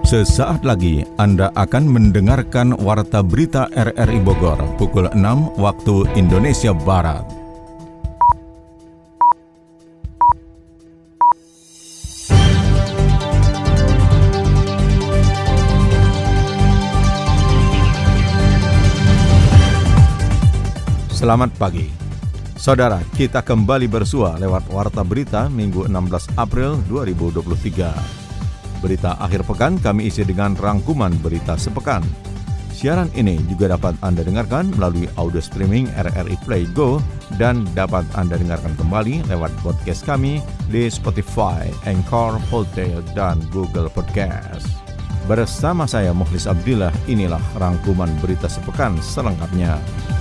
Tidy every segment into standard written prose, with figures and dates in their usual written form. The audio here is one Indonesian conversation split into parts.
Sesaat lagi Anda akan mendengarkan Warta Berita RRI Bogor pukul 6 waktu Indonesia Barat. Selamat pagi. Saudara, kita kembali bersua lewat Warta Berita Minggu 16 April 2023. Berita akhir pekan kami isi dengan rangkuman berita sepekan. Siaran ini juga dapat Anda dengarkan melalui audio streaming RRI Play Go dan dapat Anda dengarkan kembali lewat podcast kami di Spotify, Anchor, Podtail, dan Google Podcast. Bersama saya Mukhlis Abdillah, inilah rangkuman berita sepekan selengkapnya.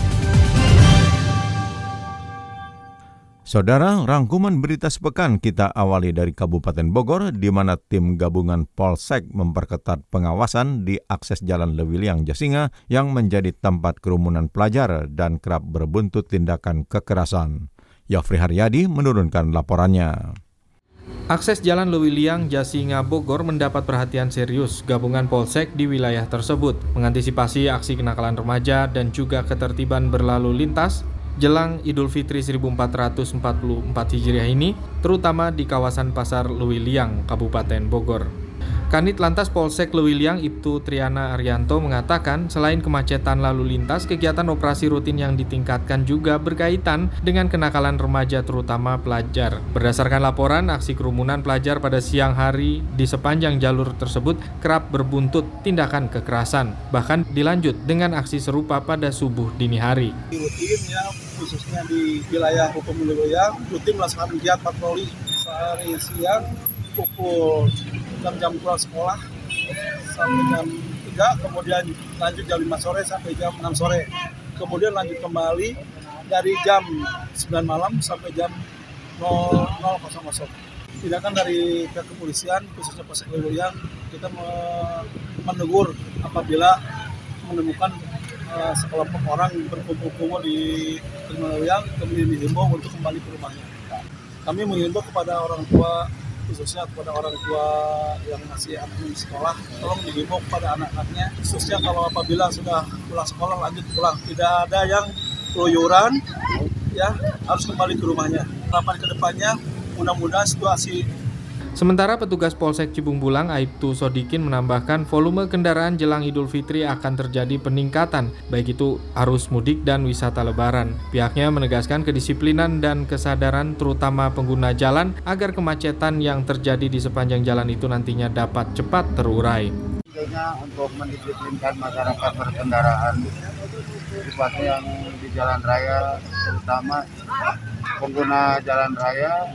Saudara, rangkuman berita sepekan kita awali dari Kabupaten Bogor, di mana tim gabungan Polsek memperketat pengawasan di akses Jalan Lewiliang Jasinga yang menjadi tempat kerumunan pelajar dan kerap berbuntut tindakan kekerasan. Yofri Haryadi menurunkan laporannya. Akses Jalan Lewiliang Jasinga Bogor mendapat perhatian serius gabungan Polsek di wilayah tersebut, mengantisipasi aksi kenakalan remaja dan juga ketertiban berlalu lintas jelang Idul Fitri 1444 Hijriah ini, terutama di kawasan Pasar Lewiliang, Kabupaten Bogor. Kanit Lantas Polsek Lewiliang Ibtu Triana Arianto mengatakan, selain kemacetan lalu lintas, kegiatan operasi rutin yang ditingkatkan juga berkaitan dengan kenakalan remaja terutama pelajar. Berdasarkan laporan, aksi kerumunan pelajar pada siang hari di sepanjang jalur tersebut kerap berbuntut tindakan kekerasan, bahkan dilanjut dengan aksi serupa pada subuh dini hari. Rutin ya, khususnya di wilayah hukum Lewiliang, rutin melaksanakan kegiatan patroli sehari siang pukul jam pulang sekolah sampai jam 3, kemudian lanjut jam 5 sore sampai jam 6 sore. Kemudian lanjut kembali dari jam 9 malam sampai jam 00.00. Tindakan dari pihak kepolisian, khususnya Polsek Lewiliang, kita menegur apabila menemukan sekelompok orang berkumpul-kumpul di Terminal Lewiliang, kemudian dihimbau untuk kembali ke rumahnya. Kami mengimbau kepada orang tua, khususnya kepada orang tua yang masih anak di sekolah, tolong dihimbau kepada anak-anaknya, khususnya kalau apabila sudah pulang sekolah lanjut pulang, tidak ada yang keluyuran, ya harus kembali ke rumahnya. Harapan kedepannya mudah-mudahan situasi. Sementara petugas Polsek Cibung Bulang Aibtu Sodikin menambahkan volume kendaraan jelang Idul Fitri akan terjadi peningkatan, baik itu arus mudik dan wisata lebaran. Pihaknya menegaskan kedisiplinan dan kesadaran terutama pengguna jalan agar kemacetan yang terjadi di sepanjang jalan itu nantinya dapat cepat terurai. Intinya untuk mendisiplinkan masyarakat berkendaraan, sifatnya yang di jalan raya, terutama pengguna jalan raya,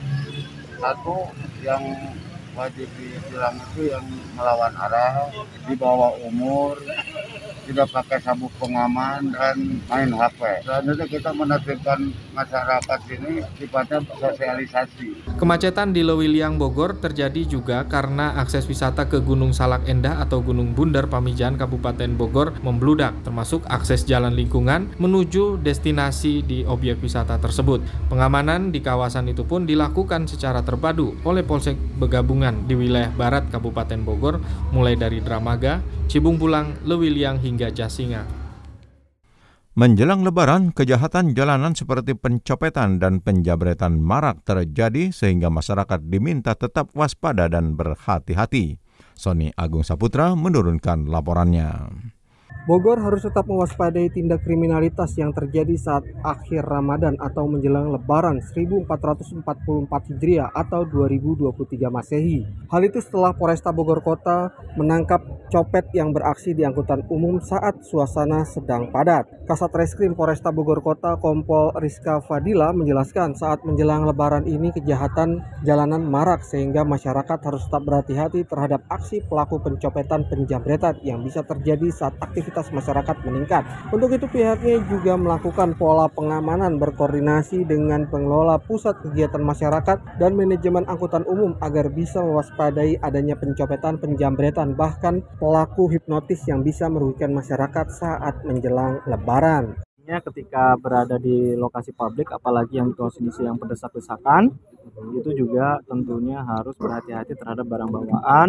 satu yang wajib ditilang itu yang melawan arah, di bawah umur, tidak pakai sabuk pengaman, dan main HP. Selanjutnya kita menertibkan masyarakat ini sifatnya sosialisasi. Kemacetan di Lewiliang Bogor terjadi juga karena akses wisata ke Gunung Salak Endah atau Gunung Bundar Pamijahan Kabupaten Bogor membludak, termasuk akses jalan lingkungan menuju destinasi di objek wisata tersebut. Pengamanan di kawasan itu pun dilakukan secara terpadu oleh Polsek Begabungan di wilayah barat Kabupaten Bogor, mulai dari Dramaga, Cibung Bulang, Lewiliang hingga Jasinga. Menjelang Lebaran, kejahatan jalanan seperti pencopetan dan penjabretan marak terjadi sehingga masyarakat diminta tetap waspada dan berhati-hati. Sony Agung Saputra menurunkan laporannya. Bogor harus tetap mewaspadai tindak kriminalitas yang terjadi saat akhir Ramadan atau menjelang Lebaran 1444 Hijriah atau 2023 Masehi. Hal itu setelah Polresta Bogor Kota menangkap copet yang beraksi di angkutan umum saat suasana sedang padat. Kasat Reskrim Polresta Bogor Kota Kompol Rizka Fadila menjelaskan saat menjelang Lebaran ini kejahatan jalanan marak sehingga masyarakat harus tetap berhati-hati terhadap aksi pelaku pencopetan penjambretan yang bisa terjadi saat aktivitas masyarakat meningkat. Untuk itu pihaknya juga melakukan pola pengamanan berkoordinasi dengan pengelola pusat kegiatan masyarakat dan manajemen angkutan umum agar bisa mewaspadai adanya pencopetan penjambretan bahkan pelaku hipnotis yang bisa merugikan masyarakat saat menjelang Lebaran. Ketika berada di lokasi publik, apalagi yang kondisi yang berdesak-desakan, itu juga tentunya harus berhati-hati terhadap barang bawaan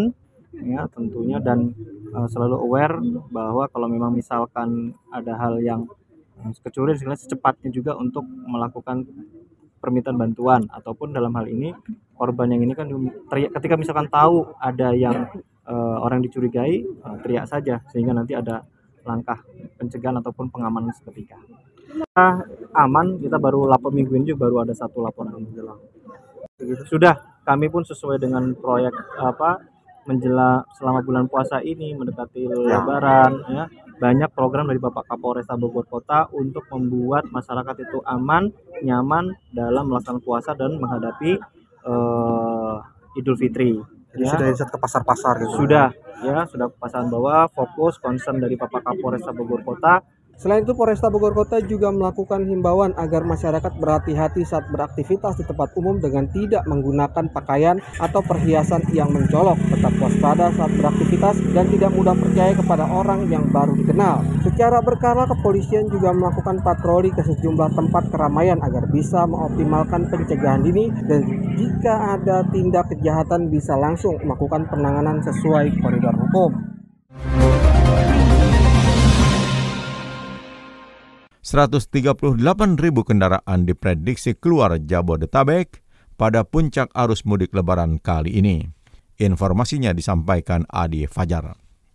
ya tentunya, dan selalu aware bahwa kalau memang misalkan ada hal yang kecurian, secepatnya juga untuk melakukan permintaan bantuan, ataupun dalam hal ini korban yang ini kan ketika misalkan tahu ada yang orang dicurigai, teriak saja sehingga nanti ada langkah pencegahan ataupun pengamanan seketika. Kita aman, kita baru lapor minggu ini juga baru ada 1 laporan menjelang. Sudah, kami pun sesuai dengan proyek menjelang selama bulan puasa ini mendekati Lebaran, ya, banyak program dari Bapak Kapolresta Bogor Kota untuk membuat masyarakat itu aman, nyaman dalam melaksanakan puasa dan menghadapi Idul Fitri. Jadi sudah riset ke pasar-pasar gitu. Sudah pasaran bahwa fokus concern dari Bapak Kapolresta Bogor Kota. Selain itu, Polresta Bogor Kota juga melakukan himbauan agar masyarakat berhati-hati saat beraktivitas di tempat umum dengan tidak menggunakan pakaian atau perhiasan yang mencolok, tetap waspada saat beraktivitas, dan tidak mudah percaya kepada orang yang baru dikenal. Secara berkala, kepolisian juga melakukan patroli ke sejumlah tempat keramaian agar bisa mengoptimalkan pencegahan dini, dan jika ada tindak kejahatan bisa langsung melakukan penanganan sesuai koridor hukum. 138.000 kendaraan diprediksi keluar Jabodetabek pada puncak arus mudik Lebaran kali ini. Informasinya disampaikan Adi Fajar.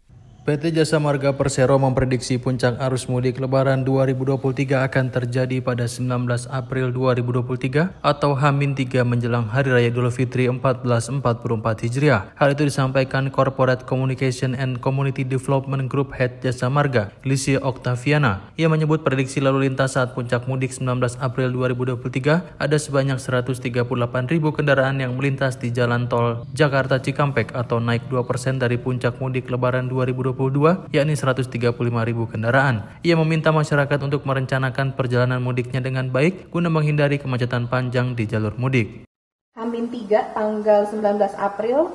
PT Jasa Marga Persero memprediksi puncak arus mudik Lebaran 2023 akan terjadi pada 19 April 2023 atau H-3 menjelang Hari Raya Idul Fitri 1444 Hijriah. Hal itu disampaikan Corporate Communication and Community Development Group Head Jasa Marga, Lisia Oktaviana. Ia menyebut prediksi lalu lintas saat puncak mudik 19 April 2023 ada sebanyak 138.000 kendaraan yang melintas di jalan tol Jakarta Cikampek atau naik 2% dari puncak mudik Lebaran 2022, yakni 135.000 kendaraan. Ia meminta masyarakat untuk merencanakan perjalanan mudiknya dengan baik guna menghindari kemacetan panjang di jalur mudik. H-3 tanggal 19 April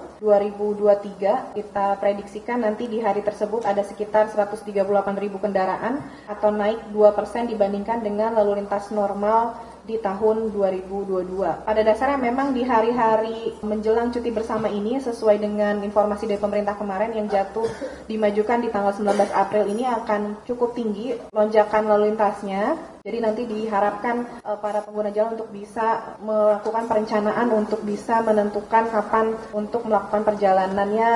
2023 kita prediksikan nanti di hari tersebut ada sekitar 138.000 kendaraan atau naik 2% dibandingkan dengan lalu lintas normal di tahun 2022. Pada dasarnya memang di hari-hari menjelang cuti bersama ini sesuai dengan informasi dari pemerintah kemarin yang jatuh dimajukan di tanggal 19 April ini akan cukup tinggi lonjakan lalu lintasnya. Jadi nanti diharapkan para pengguna jalan untuk bisa melakukan perencanaan untuk bisa menentukan kapan untuk melakukan perjalanannya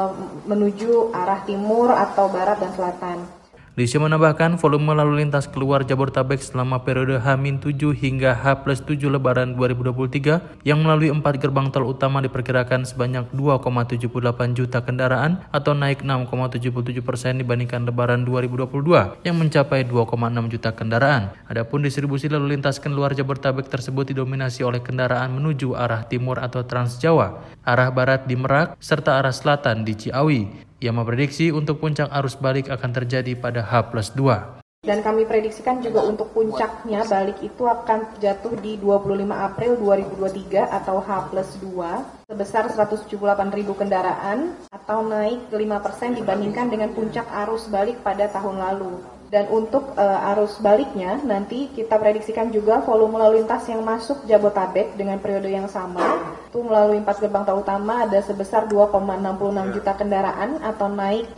menuju arah timur atau barat dan selatan. Lisia menambahkan volume lalu lintas keluar Jabodetabek selama periode H-7 hingga H+7 Lebaran 2023 yang melalui 4 gerbang tol utama diperkirakan sebanyak 2,78 juta kendaraan atau naik 6,77% dibandingkan Lebaran 2022 yang mencapai 2,6 juta kendaraan. Adapun distribusi lalu lintas keluar Jabodetabek tersebut didominasi oleh kendaraan menuju arah timur atau Trans Jawa, arah barat di Merak, serta arah selatan di Ciawi. Ia memprediksi untuk puncak arus balik akan terjadi pada H+2. Dan kami prediksikan juga untuk puncaknya balik itu akan jatuh di 25 April 2023 atau H+2 sebesar 178.000 kendaraan atau naik 5% dibandingkan dengan puncak arus balik pada tahun lalu. Dan untuk arus baliknya nanti kita prediksikan juga volume lalu lintas yang masuk Jabodetabek dengan periode yang sama itu melalui 4 gerbang tol utama ada sebesar 2,66 juta kendaraan atau naik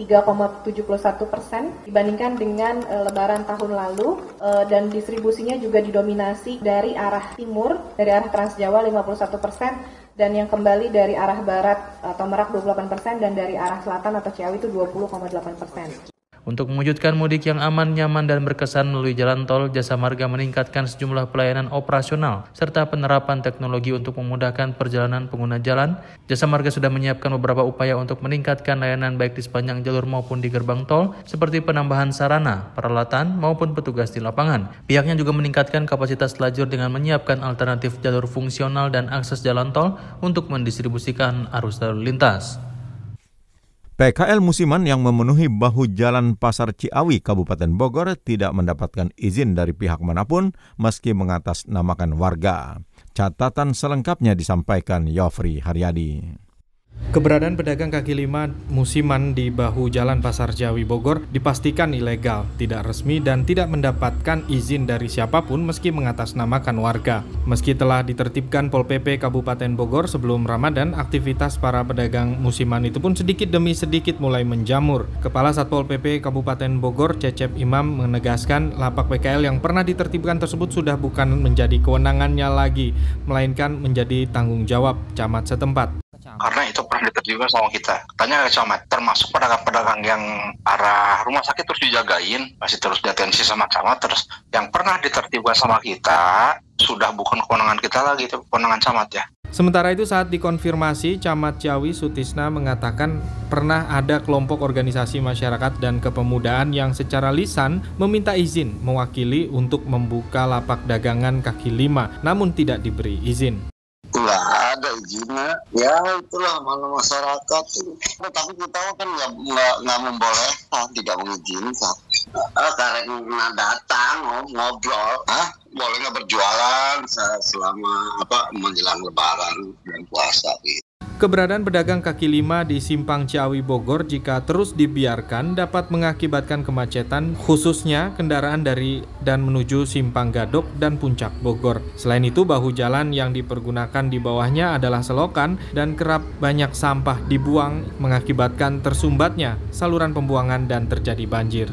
3,71% dibandingkan dengan Lebaran tahun lalu, dan distribusinya juga didominasi dari arah timur, dari arah Trans Jawa 51%, dan yang kembali dari arah barat atau Merak 28% dan dari arah selatan atau Ciawi itu 20,8%. Untuk mewujudkan mudik yang aman, nyaman, dan berkesan melalui jalan tol, Jasa Marga meningkatkan sejumlah pelayanan operasional serta penerapan teknologi untuk memudahkan perjalanan pengguna jalan. Jasa Marga sudah menyiapkan beberapa upaya untuk meningkatkan layanan baik di sepanjang jalur maupun di gerbang tol, seperti penambahan sarana, peralatan, maupun petugas di lapangan. Pihaknya juga meningkatkan kapasitas lajur dengan menyiapkan alternatif jalur fungsional dan akses jalan tol untuk mendistribusikan arus lalu lintas. PKL musiman yang memenuhi bahu jalan Pasar Ciawi, Kabupaten Bogor tidak mendapatkan izin dari pihak manapun meski mengatasnamakan warga. Catatan selengkapnya disampaikan Yofri Haryadi. Keberadaan pedagang kaki lima musiman di bahu Jalan Pasar Jawi Bogor dipastikan ilegal, tidak resmi, dan tidak mendapatkan izin dari siapapun meski mengatasnamakan warga. Meski telah ditertibkan Pol PP Kabupaten Bogor sebelum Ramadan, aktivitas para pedagang musiman itu pun sedikit demi sedikit mulai menjamur. Kepala Satpol PP Kabupaten Bogor, Cecep Imam, menegaskan lapak PKL yang pernah ditertibkan tersebut sudah bukan menjadi kewenangannya lagi, melainkan menjadi tanggung jawab camat setempat. Karena itu pernah ditertibkan sama kita. Tanya ke camat, termasuk pedagang-pedagang yang arah rumah sakit terus dijagain, masih terus diatensi sama camat, terus yang pernah ditertibkan sama kita sudah bukan kewenangan kita lagi, itu kewenangan camat ya. Sementara itu saat dikonfirmasi, Camat Jawi Sutisna mengatakan pernah ada kelompok organisasi masyarakat dan kepemudaan yang secara lisan meminta izin mewakili untuk membuka lapak dagangan kaki lima, namun tidak diberi izin. Nggak ada izinnya, ya itulah mana masyarakat. Tapi kita kan nggak membolehkan, tidak mengizinkan. Karena datang ngobrol, boleh nggak berjualan selama menjelang Lebaran dan puasa gitu. Keberadaan pedagang kaki lima di Simpang Ciawi Bogor jika terus dibiarkan dapat mengakibatkan kemacetan, khususnya kendaraan dari dan menuju Simpang Gadok dan Puncak Bogor. Selain itu, bahu jalan yang dipergunakan di bawahnya adalah selokan dan kerap banyak sampah dibuang mengakibatkan tersumbatnya saluran pembuangan dan terjadi banjir.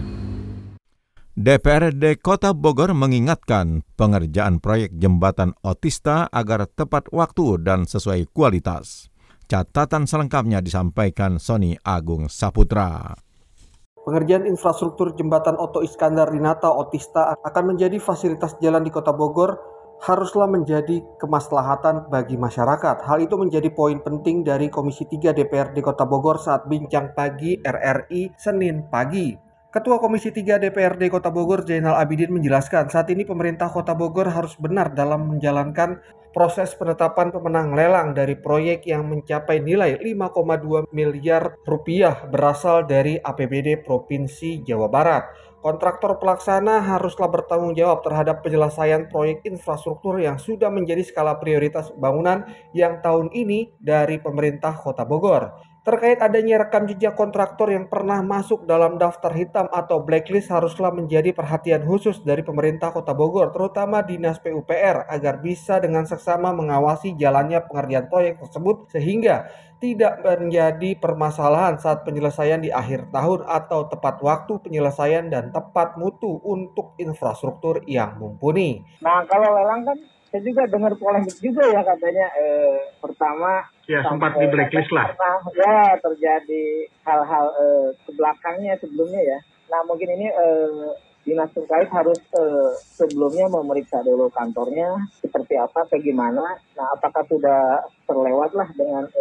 DPRD Kota Bogor mengingatkan pengerjaan proyek jembatan otista agar tepat waktu dan sesuai kualitas. Catatan selengkapnya disampaikan Sony Agung Saputra. Pengerjaan infrastruktur jembatan Oto Iskandar Dinata Otista akan menjadi fasilitas jalan di Kota Bogor haruslah menjadi kemaslahatan bagi masyarakat. Hal itu menjadi poin penting dari Komisi 3 DPRD Kota Bogor saat bincang pagi RRI Senin pagi. Ketua Komisi 3 DPRD Kota Bogor Zainal Abidin menjelaskan saat ini pemerintah Kota Bogor harus benar dalam menjalankan proses penetapan pemenang lelang dari proyek yang mencapai nilai 5,2 miliar rupiah berasal dari APBD Provinsi Jawa Barat. Kontraktor pelaksana haruslah bertanggung jawab terhadap penyelesaian proyek infrastruktur yang sudah menjadi skala prioritas pembangunan yang tahun ini dari pemerintah Kota Bogor. Terkait adanya rekam jejak kontraktor yang pernah masuk dalam daftar hitam atau blacklist haruslah menjadi perhatian khusus dari pemerintah Kota Bogor, terutama Dinas PUPR, agar bisa dengan seksama mengawasi jalannya pengerjaan proyek tersebut sehingga tidak menjadi permasalahan saat penyelesaian di akhir tahun atau tepat waktu penyelesaian dan tepat mutu untuk infrastruktur yang mumpuni. Nah, kalau lelang kan saya juga dengar polemik juga ya katanya pertama ya sempat di blacklist lah. Ya terjadi hal-hal ke belakangnya sebelumnya ya. Nah mungkin ini dinas terkait harus sebelumnya memeriksa dulu kantornya seperti apa, kayak gimana. Nah apakah sudah terlewat lah dengan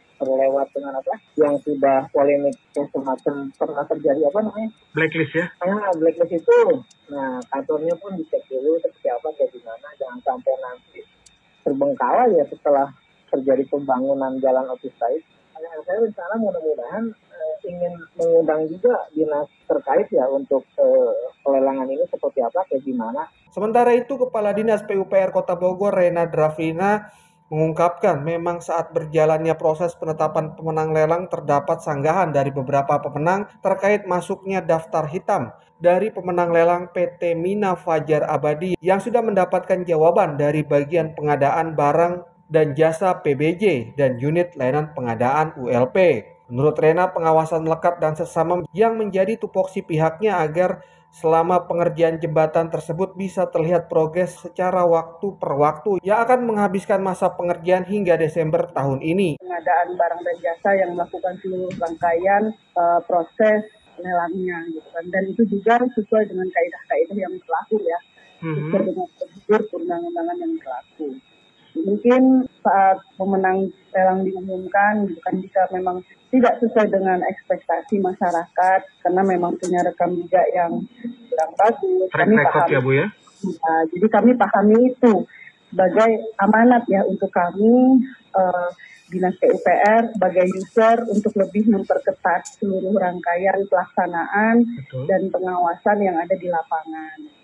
apa yang sudah polemik semacam pernah terjadi Blacklist ya? Blacklist itu. Nah kantornya pun dicek dulu seperti apa, kayak gimana. Jangan sampai nanti terbengkalai ya setelah terjadi pembangunan jalan otista itu. Saya rencana mudah-mudahan ingin mengundang juga dinas terkait ya untuk pelelangan ini seperti apa, kayak gimana. Sementara itu, Kepala Dinas PUPR Kota Bogor Rena Drafina mengungkapkan memang saat berjalannya proses penetapan pemenang lelang terdapat sanggahan dari beberapa pemenang terkait masuknya daftar hitam dari pemenang lelang PT Mina Fajar Abadi yang sudah mendapatkan jawaban dari bagian pengadaan barang dan jasa PBJ dan unit layanan pengadaan ULP. Menurut Rena, pengawasan lekat dan sesama yang menjadi tupoksi pihaknya agar selama pengerjaan jembatan tersebut bisa terlihat progres secara waktu per waktu yang akan menghabiskan masa pengerjaan hingga Desember tahun ini. Pengadaan barang dan jasa yang melakukan seluruh rangkaian proses lelangnya gitu kan. Dan itu juga sesuai dengan kaidah-kaidah yang berlaku ya. Sesuai dengan prosedur perundang-undangan yang berlaku. Mungkin saat pemenang lelang diumumkan, bukan jika memang tidak sesuai dengan ekspektasi masyarakat, karena memang punya rekam jejak yang kurang bagus. Kami pahami, ya Bu ya? Jadi kami pahami itu sebagai amanat ya untuk kami Dinas PUPR sebagai user untuk lebih memperketat seluruh rangkaian pelaksanaan dan pengawasan yang ada di lapangan.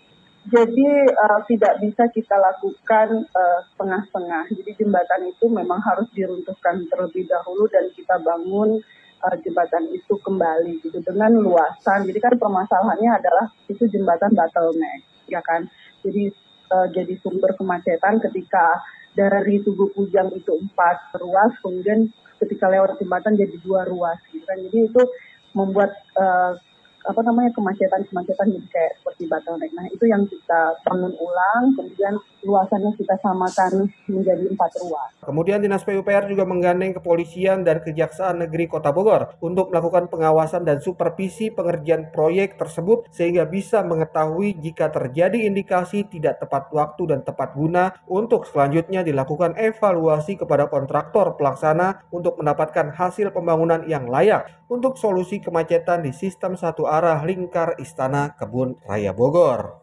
Jadi tidak bisa kita lakukan setengah-setengah. Jadi jembatan itu memang harus diruntuhkan terlebih dahulu dan kita bangun jembatan itu kembali gitu dengan luasan. Jadi kan permasalahannya adalah itu jembatan bottleneck, ya kan. Jadi sumber kemacetan ketika dari Tugu Kujang itu 4 ruas, kemudian ketika lewat jembatan jadi 2 ruas gitu kan. Jadi itu membuat kemacetan jadi kayak seperti bottleneck. Nah, itu yang kita bangun ulang, kemudian luasannya kita samakan menjadi 4 ruas. Kemudian Dinas PUPR juga menggandeng Kepolisian dan Kejaksaan Negeri Kota Bogor untuk melakukan pengawasan dan supervisi pengerjaan proyek tersebut sehingga bisa mengetahui jika terjadi indikasi tidak tepat waktu dan tepat guna untuk selanjutnya dilakukan evaluasi kepada kontraktor pelaksana untuk mendapatkan hasil pembangunan yang layak untuk solusi kemacetan di sistem satu arah lingkar Istana Kebun Raya Bogor.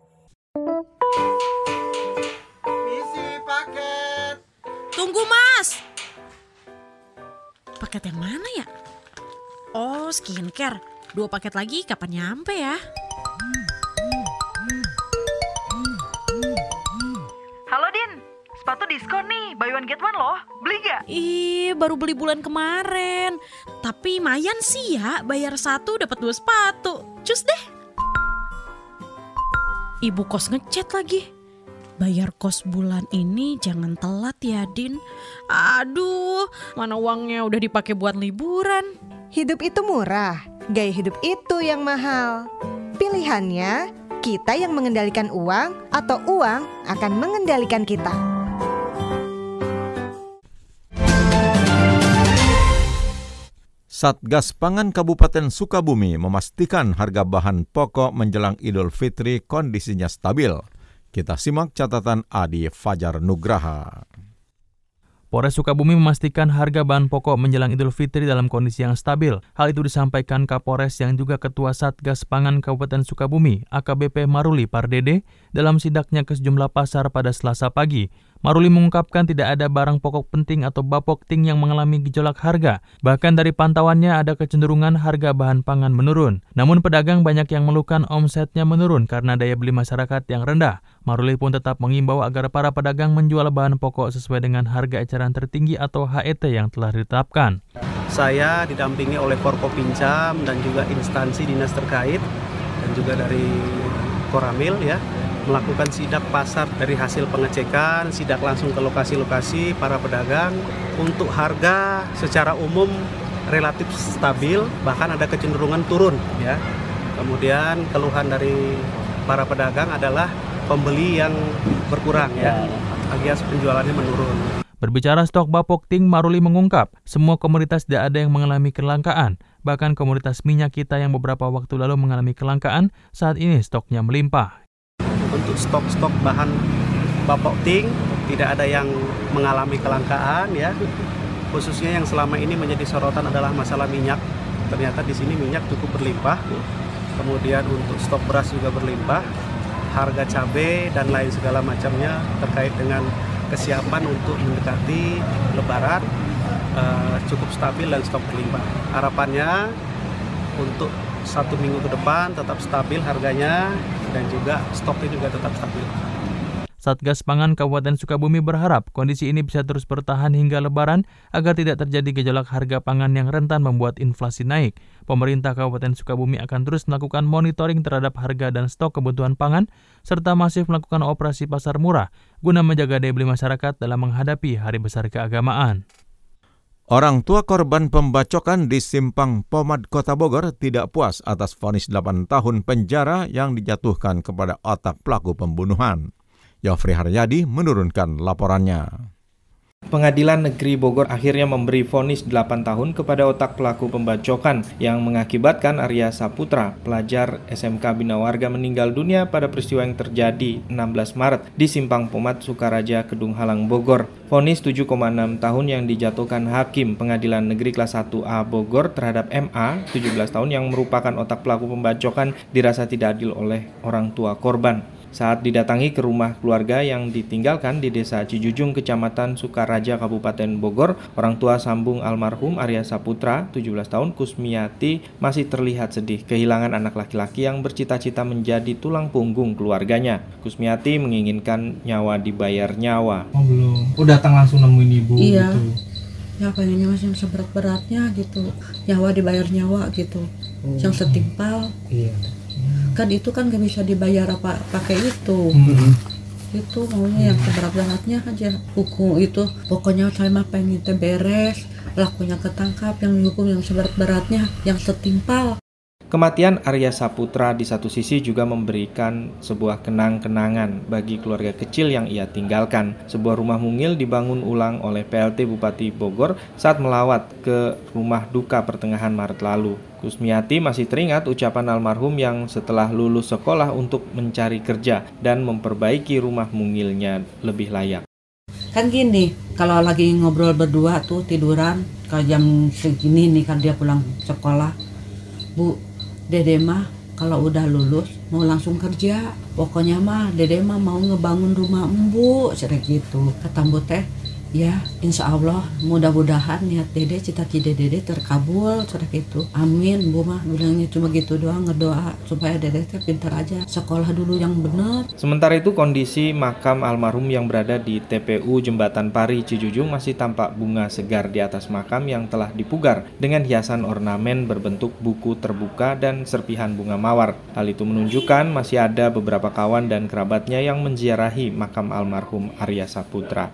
Tunggu, Mas. Paket yang mana ya? Oh, skincare. 2 paket lagi kapan nyampe ya? Halo Din, sepatu diskon nih, buy one get one loh. Beli gak? Ih, baru beli bulan kemarin. Tapi lumayan sih ya, bayar 1 dapat 2 sepatu. Cus deh. Ibu kos ngechat lagi. Bayar kos bulan ini jangan telat ya, Din. Aduh, mana uangnya udah dipakai buat liburan. Hidup itu murah, gaya hidup itu yang mahal. Pilihannya, kita yang mengendalikan uang atau uang akan mengendalikan kita. Satgas Pangan Kabupaten Sukabumi memastikan harga bahan pokok menjelang Idul Fitri kondisinya stabil. Kita simak catatan Adi Fajar Nugraha. Polres Sukabumi memastikan harga bahan pokok menjelang Idul Fitri dalam kondisi yang stabil. Hal itu disampaikan Kapolres yang juga Ketua Satgas Pangan Kabupaten Sukabumi, AKBP Maruli Pardede, dalam sidaknya ke sejumlah pasar pada Selasa pagi. Maruli mengungkapkan tidak ada barang pokok penting atau bapokting yang mengalami gejolak harga. Bahkan dari pantauannya ada kecenderungan harga bahan pangan menurun. Namun pedagang banyak yang mengeluhkan omsetnya menurun karena daya beli masyarakat yang rendah. Maruli pun tetap mengimbau agar para pedagang menjual bahan pokok sesuai dengan harga eceran tertinggi atau HET yang telah ditetapkan. Saya didampingi oleh Forkopimcam dan juga instansi dinas terkait dan juga dari Koramil ya, melakukan sidak pasar dari hasil pengecekan, sidak langsung ke lokasi-lokasi para pedagang. Untuk harga secara umum relatif stabil, bahkan ada kecenderungan turun ya. Kemudian keluhan dari para pedagang adalah pembeli yang berkurang ya, alias penjualannya menurun. Berbicara stok bapokting, Maruli mengungkap semua komoditas tidak ada yang mengalami kelangkaan. Bahkan komoditas minyak kita yang beberapa waktu lalu mengalami kelangkaan, saat ini stoknya melimpah. Untuk stok-stok bahan bapokting tidak ada yang mengalami kelangkaan ya. Khususnya yang selama ini menjadi sorotan adalah masalah minyak. Ternyata di sini minyak cukup berlimpah. Kemudian untuk stok beras juga berlimpah. Harga cabai dan lain segala macamnya terkait dengan kesiapan untuk mendekati Lebaran cukup stabil dan stok berlimpah. Harapannya untuk 1 minggu ke depan tetap stabil harganya dan juga stoknya juga tetap stabil. Satgas Pangan Kabupaten Sukabumi berharap kondisi ini bisa terus bertahan hingga Lebaran agar tidak terjadi gejolak harga pangan yang rentan membuat inflasi naik. Pemerintah Kabupaten Sukabumi akan terus melakukan monitoring terhadap harga dan stok kebutuhan pangan serta masif melakukan operasi pasar murah guna menjaga daya beli masyarakat dalam menghadapi hari besar keagamaan. Orang tua korban pembacokan di Simpang Pomad Kota Bogor tidak puas atas vonis 8 tahun penjara yang dijatuhkan kepada otak pelaku pembunuhan. Yofri Haryadi menurunkan laporannya. Pengadilan Negeri Bogor akhirnya memberi vonis 8 tahun kepada otak pelaku pembacokan yang mengakibatkan Arya Saputra, pelajar SMK Bina Warga meninggal dunia pada peristiwa yang terjadi 16 Maret di Simpang Pomad Sukaraja, Kedung Halang, Bogor. Vonis 7,6 tahun yang dijatuhkan Hakim Pengadilan Negeri Kelas 1A Bogor terhadap MA, 17 tahun yang merupakan otak pelaku pembacokan dirasa tidak adil oleh orang tua korban. Saat didatangi ke rumah keluarga yang ditinggalkan di Desa Cijujung, Kecamatan Sukaraja, Kabupaten Bogor, orang tua sambung almarhum Arya Saputra, 17 tahun, Kusmiati, masih terlihat sedih kehilangan anak laki-laki yang bercita-cita menjadi tulang punggung keluarganya. Kusmiati menginginkan nyawa dibayar nyawa. Oh belum, datang langsung nemuin ibu iya. gitu. Ya pengennya masih yang seberat-beratnya gitu, nyawa dibayar nyawa gitu, yang setimpal. Iya. Kan itu kan gak bisa dibayar apa pakai itu. Itu maunya yang seberat-beratnya aja. Hukum itu pokoknya saya mah pengen beres, lakunya ketangkap, yang dihukum yang seberat-beratnya, yang setimpal. Kematian Arya Saputra di satu sisi juga memberikan sebuah kenang-kenangan bagi keluarga kecil yang ia tinggalkan. Sebuah rumah mungil dibangun ulang oleh PLT Bupati Bogor saat melawat ke rumah duka pertengahan Maret lalu. Kusmiati masih teringat ucapan almarhum yang setelah lulus sekolah untuk mencari kerja dan memperbaiki rumah mungilnya lebih layak. Kan gini, kalau lagi ngobrol berdua tuh tiduran, kalau jam segini nih kan dia pulang sekolah, Bu, Dede mah kalau udah lulus mau langsung kerja. Pokoknya mah Dede mah mau ngebangun rumah embu, cerita gitu. Kata Mbu teh, ya insya Allah mudah-mudahan niat Dede, cita-cita Dede terkabul, cerita gitu. Amin, Bu mah bilangnya cuma gitu doang, ngedoa supaya Dede teh pintar aja, sekolah dulu yang bener. Sementara itu kondisi makam almarhum yang berada di TPU Jembatan Pari Cijujung masih tampak bunga segar di atas makam yang telah dipugar dengan hiasan ornamen berbentuk buku terbuka dan serpihan bunga mawar. Hal itu menunjukkan masih ada beberapa kawan dan kerabatnya yang menziarahi makam almarhum Arya Saputra.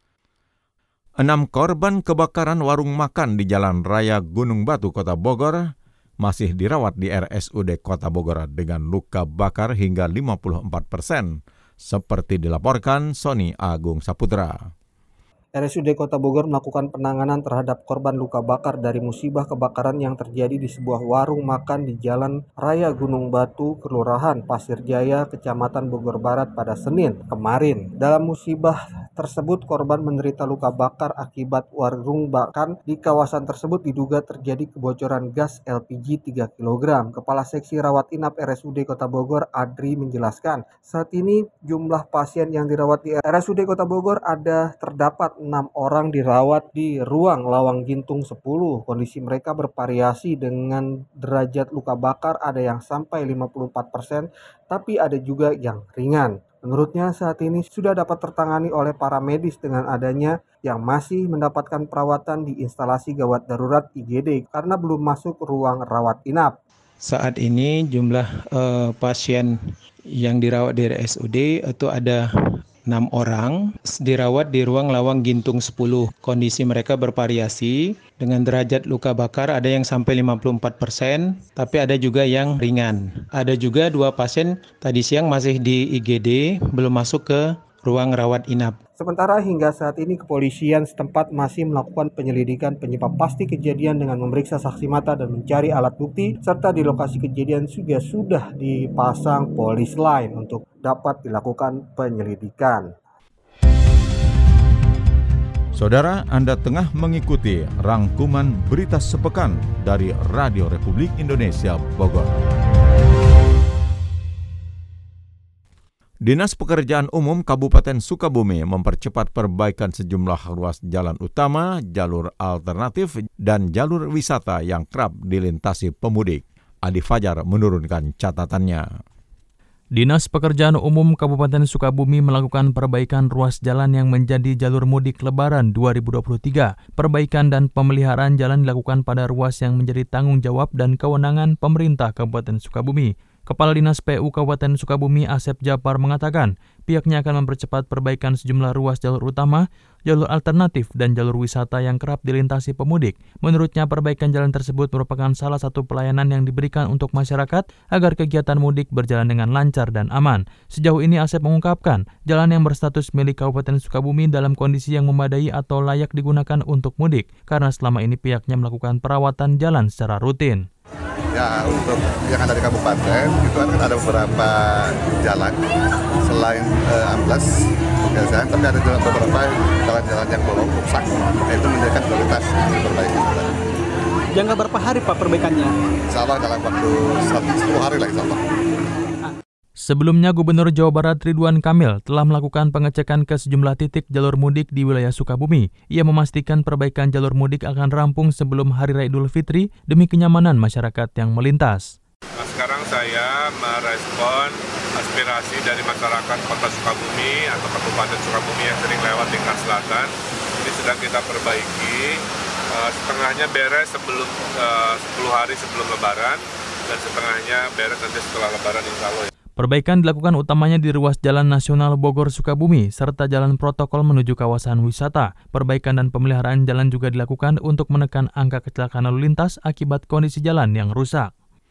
6 korban kebakaran warung makan di Jalan Raya Gunung Batu, Kota Bogor masih dirawat di RSUD Kota Bogor dengan luka bakar hingga 54%, seperti dilaporkan Sony Agung Saputra. RSUD Kota Bogor melakukan penanganan terhadap korban luka bakar dari musibah kebakaran yang terjadi di sebuah warung makan di Jalan Raya Gunung Batu, Kelurahan Pasir Jaya, Kecamatan Bogor Barat pada Senin kemarin. Dalam musibah tersebut, korban menderita luka bakar akibat warung makan di kawasan tersebut diduga terjadi kebocoran gas LPG 3 kg. Kepala Seksi Rawat Inap RSUD Kota Bogor, Adri, menjelaskan, saat ini jumlah pasien yang dirawat di RSUD Kota Bogor terdapat 6 orang dirawat di ruang lawang gintung 10. Kondisi mereka bervariasi dengan derajat luka bakar, ada yang sampai 54%, tapi ada juga yang ringan. Menurutnya saat ini sudah dapat tertangani oleh para medis dengan adanya yang masih mendapatkan perawatan di instalasi gawat darurat IGD karena belum masuk ruang rawat inap. Saat ini jumlah pasien yang dirawat di RSUD itu ada 6 orang dirawat di ruang lawang gintung 10. Kondisi mereka bervariasi dengan derajat luka bakar, ada yang sampai 54%, tapi ada juga yang ringan. Ada juga 2 pasien tadi siang masih di IGD, belum masuk ke ruang rawat inap. Sementara hingga saat ini kepolisian setempat masih melakukan penyelidikan penyebab pasti kejadian dengan memeriksa saksi mata dan mencari alat bukti, serta di lokasi kejadian juga sudah dipasang polis lain untuk dapat dilakukan penyelidikan. Saudara, Anda tengah mengikuti rangkuman berita sepekan dari Radio Republik Indonesia Bogor. Dinas Pekerjaan Umum Kabupaten Sukabumi mempercepat perbaikan sejumlah ruas jalan utama, jalur alternatif, dan jalur wisata yang kerap dilintasi pemudik. Adi Fajar menurunkan catatannya. Dinas Pekerjaan Umum Kabupaten Sukabumi melakukan perbaikan ruas jalan yang menjadi jalur mudik Lebaran 2023. Perbaikan dan pemeliharaan jalan dilakukan pada ruas yang menjadi tanggung jawab dan kewenangan pemerintah Kabupaten Sukabumi. Kepala Dinas PU Kabupaten Sukabumi Asep Japar mengatakan pihaknya akan mempercepat perbaikan sejumlah ruas jalur utama, jalur alternatif, dan jalur wisata yang kerap dilintasi pemudik. Menurutnya perbaikan jalan tersebut merupakan salah satu pelayanan yang diberikan untuk masyarakat agar kegiatan mudik berjalan dengan lancar dan aman. Sejauh ini Asep mengungkapkan jalan yang berstatus milik Kabupaten Sukabumi dalam kondisi yang memadai atau layak digunakan untuk mudik karena selama ini pihaknya melakukan perawatan jalan secara rutin. Ya, untuk yang ada di kabupaten itu kan ada beberapa jalan selain amblas biasanya, tapi ada juga beberapa jalan-jalan yang belum rusak, itu menjadikan prioritas diperbaiki. Jangka berapa hari Pak perbaikannya? Insya Allah dalam waktu 10 hari lah insya Allah. Sebelumnya, Gubernur Jawa Barat Ridwan Kamil telah melakukan pengecekan ke sejumlah titik jalur mudik di wilayah Sukabumi. Ia memastikan perbaikan jalur mudik akan rampung sebelum Hari Raya Idul Fitri demi kenyamanan masyarakat yang melintas. Sekarang saya merespon aspirasi dari masyarakat Kota Sukabumi atau Kabupaten Sukabumi yang sering lewat Tingkat Selatan. Ini sedang kita perbaiki, setengahnya beres sebelum 10 hari sebelum Lebaran dan setengahnya beres nanti setelah Lebaran insya Allah. Perbaikan dilakukan utamanya di ruas Jalan Nasional Bogor-Sukabumi serta jalan protokol menuju kawasan wisata. Perbaikan dan pemeliharaan jalan juga dilakukan untuk menekan angka kecelakaan lalu lintas akibat kondisi jalan yang rusak.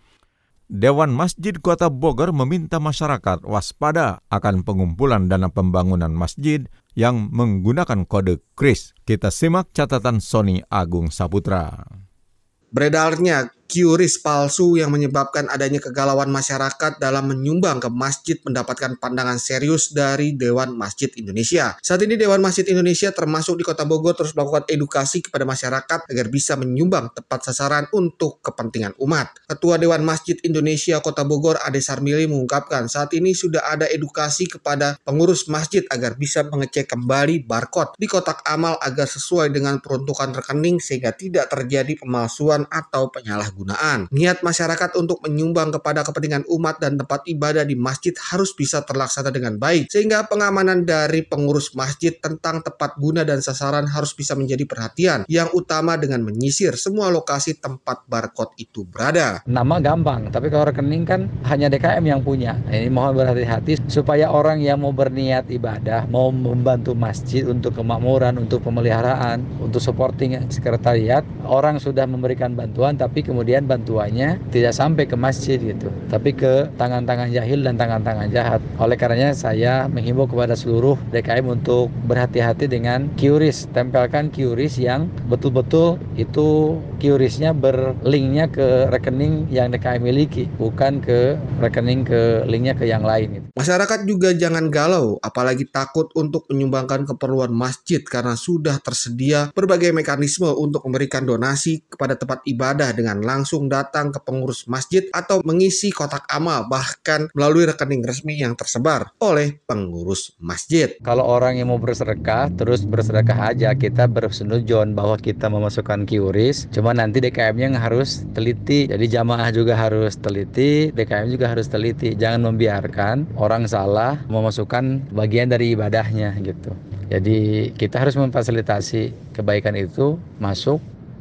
Dewan Masjid Kota Bogor meminta masyarakat waspada akan pengumpulan dana pembangunan masjid yang menggunakan kode KRIS. Kita simak catatan Sony Agung Saputra. Beredarnya QRIS palsu yang menyebabkan adanya kegalauan masyarakat dalam menyumbang ke masjid mendapatkan pandangan serius dari Dewan Masjid Indonesia. Saat ini Dewan Masjid Indonesia termasuk di Kota Bogor terus melakukan edukasi kepada masyarakat agar bisa menyumbang tepat sasaran untuk kepentingan umat. Ketua Dewan Masjid Indonesia Kota Bogor Ade Sarmili mengungkapkan saat ini sudah ada edukasi kepada pengurus masjid agar bisa mengecek kembali barcode di kotak amal agar sesuai dengan peruntukan rekening sehingga tidak terjadi pemalsuan atau penyalahgunaan. Niat masyarakat untuk menyumbang kepada kepentingan umat dan tempat ibadah di masjid harus bisa terlaksana dengan baik, sehingga pengamanan dari pengurus masjid tentang tepat guna dan sasaran harus bisa menjadi perhatian yang utama dengan menyisir semua lokasi tempat barcode itu berada. Nama gampang, tapi kalau rekening kan hanya DKM yang punya. Ini mohon berhati-hati supaya orang yang mau berniat ibadah, mau membantu masjid untuk kemakmuran, untuk pemeliharaan, untuk supporting sekretariat, orang sudah memberikan bantuan tapi kemudian bantuannya tidak sampai ke masjid gitu, tapi ke tangan-tangan jahil dan tangan-tangan jahat. Oleh karenanya saya menghimbau kepada seluruh DKM untuk berhati-hati dengan QRIS. Tempelkan QRIS yang betul-betul itu QRIS-nya berlinknya ke rekening yang DKM miliki, bukan ke rekening ke linknya ke yang lain gitu. Masyarakat juga jangan galau, apalagi takut untuk menyumbangkan keperluan masjid karena sudah tersedia berbagai mekanisme untuk memberikan donasi kepada tempat ibadah dengan langsung datang ke pengurus masjid atau mengisi kotak amal bahkan melalui rekening resmi yang tersebar oleh pengurus masjid. Kalau orang yang mau bersedekah terus bersedekah aja, kita bersenujon bahwa kita memasukkan QRIS, cuma nanti DKM-nya harus teliti. Jadi jamaah juga harus teliti, DKM juga harus teliti. Jangan membiarkan orang salah memasukkan bagian dari ibadahnya gitu. Jadi kita harus memfasilitasi kebaikan itu masuk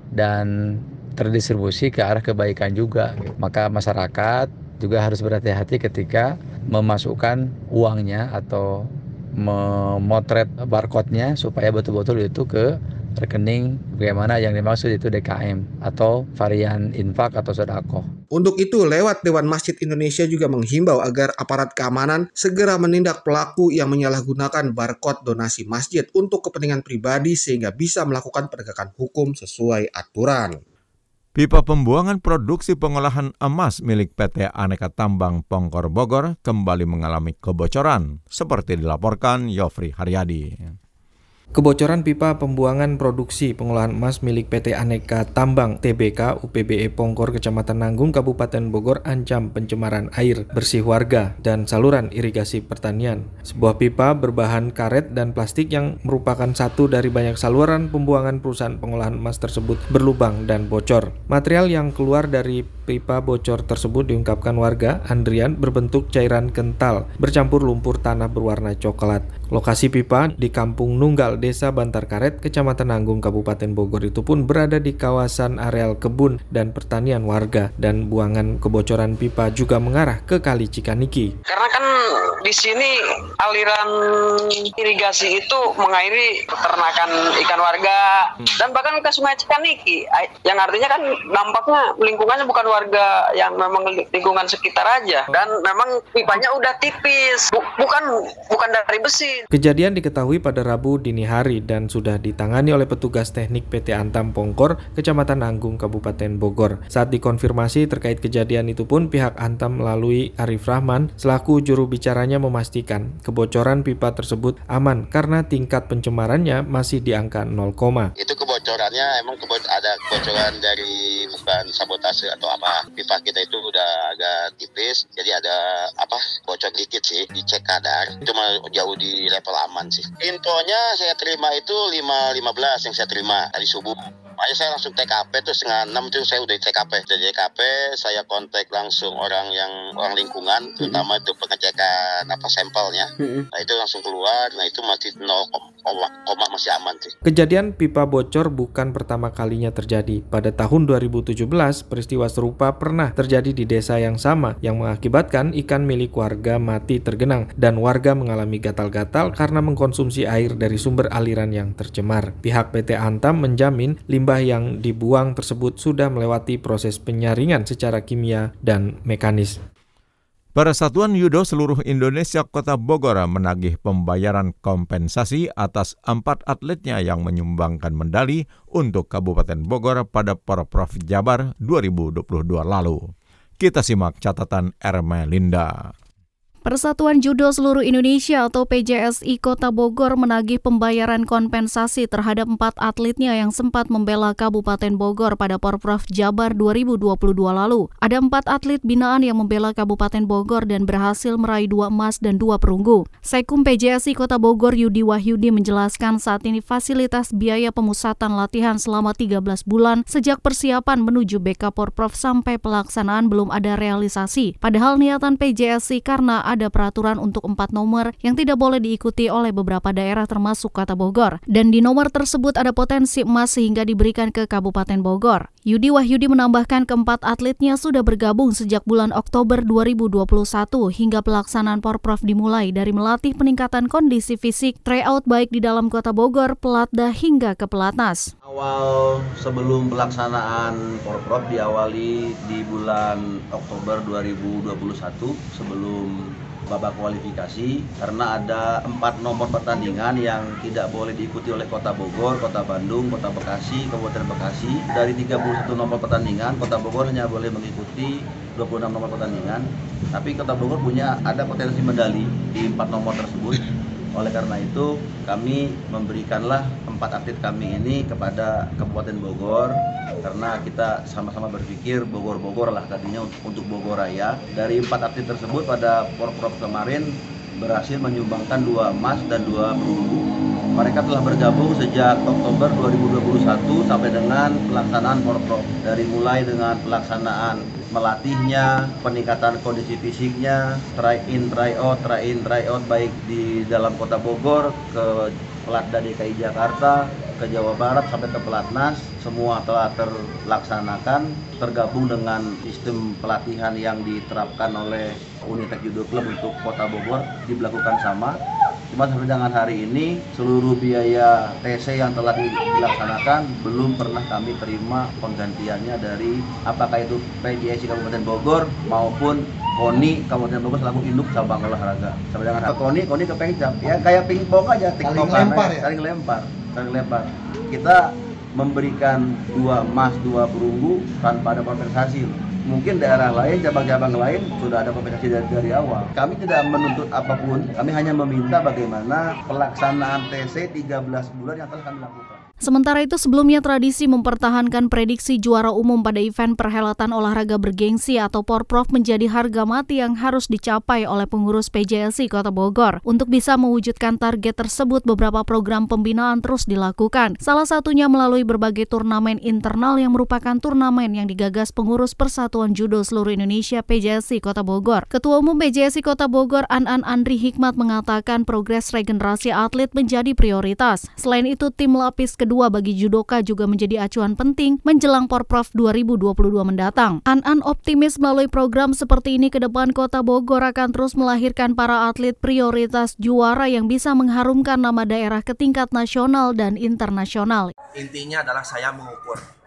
dan terdistribusi ke arah kebaikan juga. Maka masyarakat juga harus berhati-hati ketika memasukkan uangnya atau memotret barcode-nya supaya betul-betul itu ke rekening bagaimana yang dimaksud itu DKM atau varian infak atau sedekah. Untuk itu, lewat Dewan Masjid Indonesia juga menghimbau agar aparat keamanan segera menindak pelaku yang menyalahgunakan barcode donasi masjid untuk kepentingan pribadi sehingga bisa melakukan penegakan hukum sesuai aturan. Pipa pembuangan produksi pengolahan emas milik PT Aneka Tambang Pongkor Bogor kembali mengalami kebocoran, seperti dilaporkan Yofri Haryadi. Kebocoran pipa pembuangan produksi pengolahan emas milik PT Aneka Tambang TBK UPBE Pongkor Kecamatan Nanggung Kabupaten Bogor ancam pencemaran air bersih warga dan saluran irigasi pertanian. Sebuah pipa berbahan karet dan plastik yang merupakan satu dari banyak saluran pembuangan perusahaan pengolahan emas tersebut berlubang dan bocor. Material yang keluar dari pipa bocor tersebut diungkapkan warga Andrian berbentuk cairan kental bercampur lumpur tanah berwarna coklat. Lokasi pipa di Kampung Nunggal, Desa Bantar Karet, Kecamatan Nanggung, Kabupaten Bogor itu pun berada di kawasan areal kebun dan pertanian warga, dan buangan kebocoran pipa juga mengarah ke Kali Cikaniki. Karena kan di sini aliran irigasi itu mengairi peternakan ikan warga dan bahkan ke Sungai Cikaniki, yang artinya kan dampaknya lingkungannya bukan warga yang memang lingkungan sekitar aja, dan memang pipanya udah tipis, bukan dari besi. Kejadian diketahui pada Rabu dini dini hari dan sudah ditangani oleh petugas teknik PT Antam Pongkor, Kecamatan Anggung, Kabupaten Bogor. Saat dikonfirmasi terkait kejadian itu pun pihak Antam melalui Arif Rahman selaku juru bicaranya memastikan kebocoran pipa tersebut aman karena tingkat pencemarannya masih di angka 0, Itu kebocorannya emang ada kebocoran dari bukan sabotase atau apa. Pipa kita itu udah agak tipis, jadi ada bocor dikit sih, dicek kadar. Cuma jauh di level aman sih. Infonya saya terima itu 5.15 yang saya terima dari subuh. Makanya saya langsung TKP tuh 5:30 itu saya udah di TKP. Dari TKP saya kontak langsung orang lingkungan, terutama itu pengecekan sampelnya. Nah itu langsung keluar, nah itu masih 0, masih aman sih. Kejadian pipa bocor bukan pertama kalinya terjadi. Pada tahun 2017, peristiwa serupa pernah terjadi di desa yang sama yang mengakibatkan ikan milik warga mati tergenang dan warga mengalami gatal-gatal karena mengkonsumsi air dari sumber aliran yang tercemar. Pihak PT Antam menjamin limbah yang dibuang tersebut sudah melewati proses penyaringan secara kimia dan mekanis. Persatuan Judo Seluruh Indonesia Kota Bogor menagih pembayaran kompensasi atas 4 atletnya yang menyumbangkan medali untuk Kabupaten Bogor pada Porprov Jabar 2022 lalu. Kita simak catatan Ermelinda. Persatuan Judo Seluruh Indonesia atau PJSI Kota Bogor menagih pembayaran kompensasi terhadap 4 atletnya yang sempat membela Kabupaten Bogor pada Porprov Jabar 2022 lalu. Ada 4 atlet binaan yang membela Kabupaten Bogor dan berhasil meraih 2 emas dan 2 perunggu. Sekum PJSI Kota Bogor Yudi Wahyudi menjelaskan saat ini fasilitas biaya pemusatan latihan selama 13 bulan sejak persiapan menuju BK Porprov sampai pelaksanaan belum ada realisasi. Padahal niatan PJSI karena ada peraturan untuk 4 nomor yang tidak boleh diikuti oleh beberapa daerah termasuk Kota Bogor. Dan di nomor tersebut ada potensi emas sehingga diberikan ke Kabupaten Bogor. Yudi Wahyudi menambahkan keempat atletnya sudah bergabung sejak bulan Oktober 2021 hingga pelaksanaan Porprov dimulai dari melatih peningkatan kondisi fisik, tryout baik di dalam Kota Bogor, Pelatda hingga ke Pelatnas. Awal sebelum pelaksanaan Porprov diawali di bulan Oktober 2021 sebelum babak kualifikasi karena ada 4 nomor pertandingan yang tidak boleh diikuti oleh Kota Bogor, Kota Bandung, Kota Bekasi, Kabupaten Bekasi. Dari 31 nomor pertandingan, Kota Bogor hanya boleh mengikuti 26 nomor pertandingan. Tapi Kota Bogor ada potensi medali di 4 nomor tersebut. Oleh karena itu, kami memberikanlah 4 atlet kami ini kepada Kabupaten Bogor karena kita sama-sama berpikir Bogor-Bogor lah tadinya untuk Bogor Raya. Dari 4 atlet tersebut pada Porprov kemarin berhasil menyumbangkan 2 emas dan 2 perunggu. Mereka telah bergabung sejak Oktober 2021 sampai dengan pelaksanaan Porprov. Dari mulai dengan pelaksanaan melatihnya, peningkatan kondisi fisiknya, try in, try out baik di dalam Kota Bogor, ke Pelatda DKI Jakarta, ke Jawa Barat sampai ke Pelatnas, semua telah terlaksanakan, tergabung dengan sistem pelatihan yang diterapkan oleh Unitek Judo Club untuk Kota Bogor dilakukan sama. Cuma sampai dengan hari ini seluruh biaya TC yang telah dilaksanakan belum pernah kami terima penggantiannya dari apakah itu PJSI Kabupaten Bogor maupun KONI Kabupaten Bogor selaku induk cabang olahraga. Sampai dengan KONI kepencap ya kayak pingpong aja, saling lempar. Kita memberikan 2 emas 2 perunggu tanpa ada kompensasi. Mungkin daerah lain, cabang-cabang lain sudah ada kompensasi dari awal. Kami tidak menuntut apapun, kami hanya meminta bagaimana pelaksanaan TC 13 bulan yang telah kami lakukan. Sementara itu sebelumnya tradisi mempertahankan prediksi juara umum pada event perhelatan olahraga bergengsi atau Porprov menjadi harga mati yang harus dicapai oleh pengurus PJSI Kota Bogor. Untuk bisa mewujudkan target tersebut, beberapa program pembinaan terus dilakukan. Salah satunya melalui berbagai turnamen internal yang merupakan turnamen yang digagas pengurus Persatuan Judo Seluruh Indonesia PJSI Kota Bogor. Ketua Umum PJSI Kota Bogor An Andri Hikmat mengatakan progres regenerasi atlet menjadi prioritas. Selain itu, tim lapis kedua bagi judoka juga menjadi acuan penting menjelang Porprov 2022 mendatang. An optimis melalui program seperti ini ke depan Kota Bogor akan terus melahirkan para atlet prioritas juara yang bisa mengharumkan nama daerah ke tingkat nasional dan internasional. Intinya adalah saya mengukur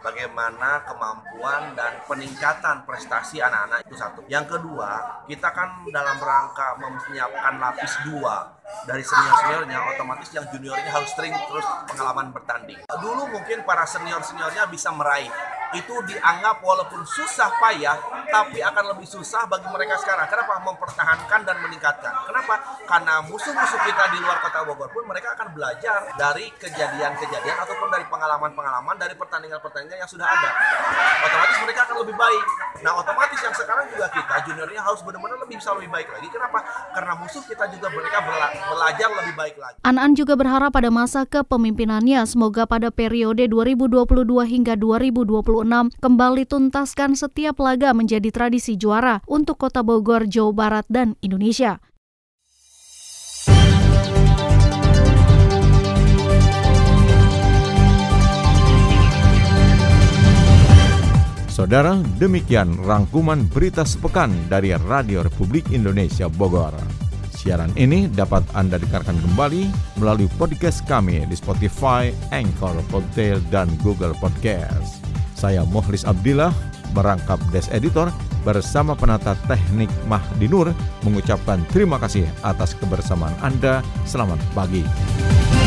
bagaimana kemampuan dan peningkatan prestasi anak-anak, itu satu. Yang kedua, kita kan dalam rangka menyiapkan lapis 2 dari senior-seniornya, otomatis yang juniornya harus sering terus pengalaman bertanding. Dulu mungkin para senior-seniornya bisa meraih, itu dianggap walaupun susah payah, tapi akan lebih susah bagi mereka sekarang. Kenapa? Mempertahankan dan meningkatkan. Kenapa? Karena musuh-musuh kita di luar kota Bogor pun mereka akan belajar dari kejadian-kejadian ataupun dari pengalaman-pengalaman dari pertandingan-pertandingan yang sudah ada. Otomatis mereka akan lebih baik. Nah, otomatis yang sekarang juga kita juniornya harus benar-benar bisa lebih baik lagi. Kenapa? Karena musuh kita juga mereka belajar lebih baik lagi. An juga berharap pada masa kepemimpinannya semoga pada periode 2022 hingga 2026 kembali tuntaskan setiap laga menjadi tradisi juara untuk Kota Bogor, Jawa Barat, dan Indonesia. Saudara, demikian rangkuman berita sepekan dari Radio Republik Indonesia Bogor. Siaran ini dapat Anda dengarkan kembali melalui podcast kami di Spotify, Anchor, Podtail, dan Google Podcast. Saya Mukhlis Abdillah, merangkap Desk Editor bersama penata teknik Mahdi Nur, mengucapkan terima kasih atas kebersamaan Anda. Selamat pagi.